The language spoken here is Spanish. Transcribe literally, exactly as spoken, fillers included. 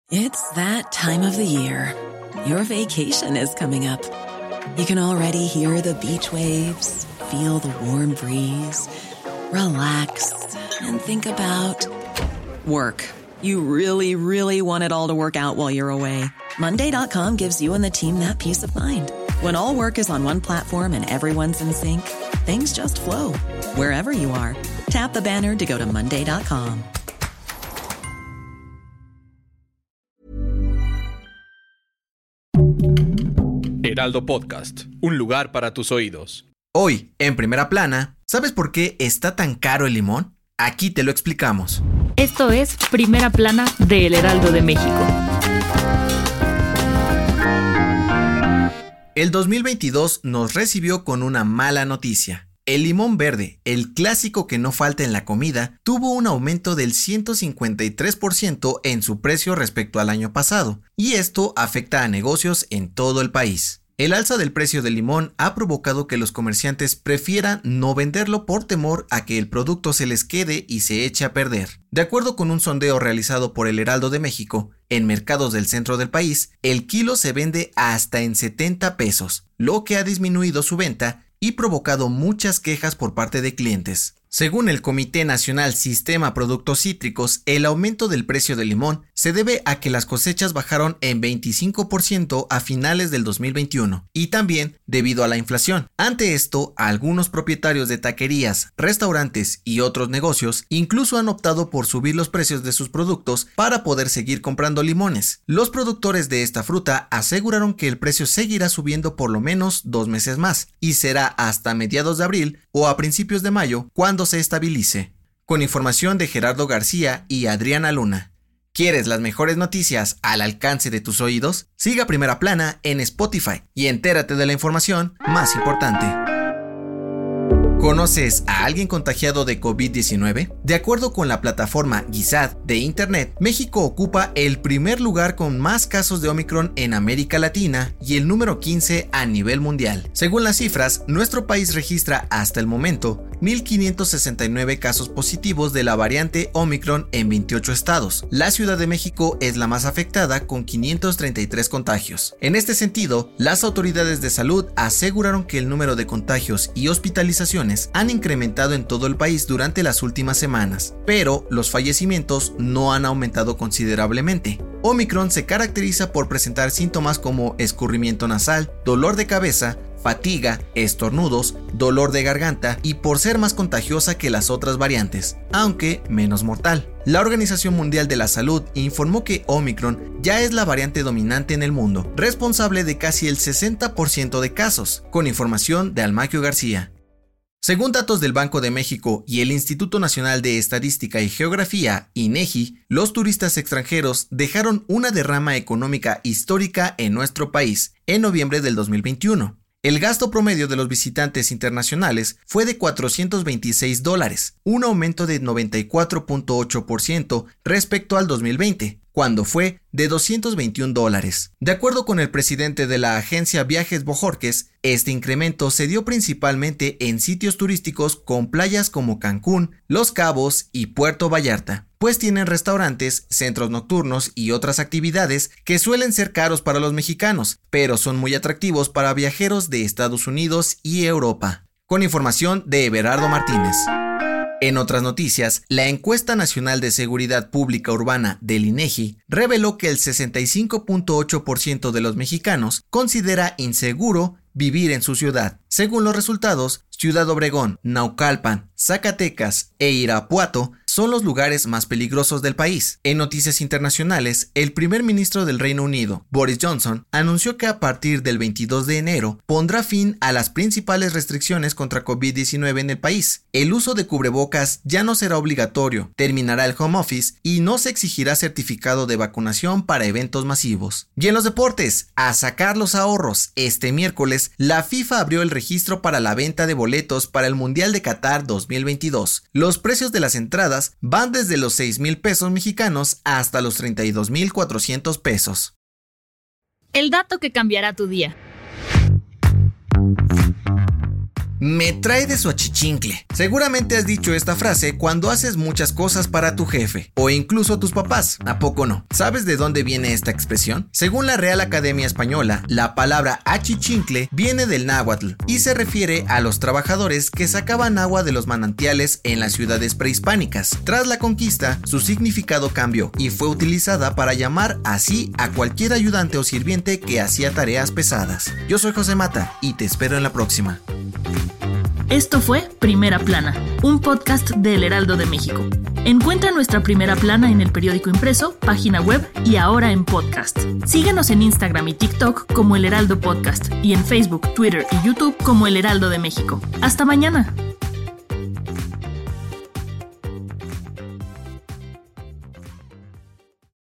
It's that time of the year. Your vacation is coming up. You can already hear the beach waves, feel the warm breeze, relax, and think about work. You really, really want it all to work out while you're away. Monday dot com gives you and the team that peace of mind. When all work is on one platform and everyone's in sync, things just flow. Wherever you are, tap the banner to go to Monday dot com. Heraldo Podcast, un lugar para tus oídos. Hoy, en Primera Plana, ¿sabes por qué está tan caro el limón? Aquí te lo explicamos. Esto es Primera Plana de El Heraldo de México. El dos mil veintidós nos recibió con una mala noticia. El limón verde, el clásico que no falta en la comida, tuvo un aumento del ciento cincuenta y tres por ciento en su precio respecto al año pasado, y esto afecta a negocios en todo el país. El alza del precio del limón ha provocado que los comerciantes prefieran no venderlo por temor a que el producto se les quede y se eche a perder. De acuerdo con un sondeo realizado por El Heraldo de México, en mercados del centro del país, el kilo se vende hasta en setenta pesos, lo que ha disminuido su venta y provocado muchas quejas por parte de clientes. Según el Comité Nacional Sistema Productos Cítricos, el aumento del precio del limón se debe a que las cosechas bajaron en veinticinco por ciento a finales del dos mil veintiuno y también debido a la inflación. Ante esto, algunos propietarios de taquerías, restaurantes y otros negocios incluso han optado por subir los precios de sus productos para poder seguir comprando limones. Los productores de esta fruta aseguraron que el precio seguirá subiendo por lo menos dos meses más y será hasta mediados de abril o a principios de mayo cuando se estabilice. Con información de Gerardo García y Adriana Luna. ¿Quieres las mejores noticias al alcance de tus oídos? Siga Primera Plana en Spotify y entérate de la información más importante. ¿Conoces a alguien contagiado de COVID diecinueve? De acuerdo con la plataforma Gisaad de Internet, México ocupa el primer lugar con más casos de Omicron en América Latina y el número quince a nivel mundial. Según las cifras, nuestro país registra hasta el momento mil quinientos sesenta y nueve casos positivos de la variante Omicron en veintiocho estados. La Ciudad de México es la más afectada con quinientos treinta y tres contagios. En este sentido, las autoridades de salud aseguraron que el número de contagios y hospitalizaciones han incrementado en todo el país durante las últimas semanas, pero los fallecimientos no han aumentado considerablemente. Omicron se caracteriza por presentar síntomas como escurrimiento nasal, dolor de cabeza, fatiga, estornudos, dolor de garganta y por ser más contagiosa que las otras variantes, aunque menos mortal. La Organización Mundial de la Salud informó que Omicron ya es la variante dominante en el mundo, responsable de casi el sesenta por ciento de casos, con información de Almaquio García. Según datos del Banco de México y el Instituto Nacional de Estadística y Geografía, INEGI, los turistas extranjeros dejaron una derrama económica histórica en nuestro país en noviembre del dos mil veintiuno. El gasto promedio de los visitantes internacionales fue de cuatrocientos veintiséis dólares, un aumento de noventa y cuatro punto ocho por ciento respecto al dos mil veinte, cuando fue de doscientos veintiún dólares. De acuerdo con el presidente de la agencia Viajes Bojorquez, este incremento se dio principalmente en sitios turísticos con playas como Cancún, Los Cabos y Puerto Vallarta, pues tienen restaurantes, centros nocturnos y otras actividades que suelen ser caros para los mexicanos, pero son muy atractivos para viajeros de Estados Unidos y Europa. Con información de Everardo Martínez. En otras noticias, la encuesta nacional de seguridad pública urbana del INEGI reveló que el sesenta y cinco punto ocho por ciento de los mexicanos considera inseguro vivir en su ciudad. Según los resultados, Ciudad Obregón, Naucalpan, Zacatecas e Irapuato son los lugares más peligrosos del país. En noticias internacionales, el primer ministro del Reino Unido, Boris Johnson, anunció que a partir del veintidós de enero pondrá fin a las principales restricciones contra COVID diecinueve en el país. El uso de cubrebocas ya no será obligatorio, terminará el home office y no se exigirá certificado de vacunación para eventos masivos. Y en los deportes, a sacar los ahorros. Este miércoles, la FIFA abrió el registro para la venta de boletos para el Mundial de Qatar dos mil veintidós. Los precios de las entradas van desde los seis mil pesos mexicanos hasta los treinta y dos mil cuatrocientos pesos. El dato que cambiará tu día. Me trae de su achichincle. Seguramente has dicho esta frase cuando haces muchas cosas para tu jefe o incluso tus papás. ¿A poco no? ¿Sabes de dónde viene esta expresión? Según la Real Academia Española, la palabra achichincle viene del náhuatl y se refiere a los trabajadores que sacaban agua de los manantiales en las ciudades prehispánicas. Tras la conquista, su significado cambió y fue utilizada para llamar así a cualquier ayudante o sirviente que hacía tareas pesadas. Yo soy José Mata y te espero en la próxima. Esto fue Primera Plana, un podcast de El Heraldo de México. Encuentra nuestra Primera Plana en el periódico impreso, página web y ahora en podcast. Síguenos en Instagram y TikTok como El Heraldo Podcast y en Facebook, Twitter y YouTube como El Heraldo de México. ¡Hasta mañana!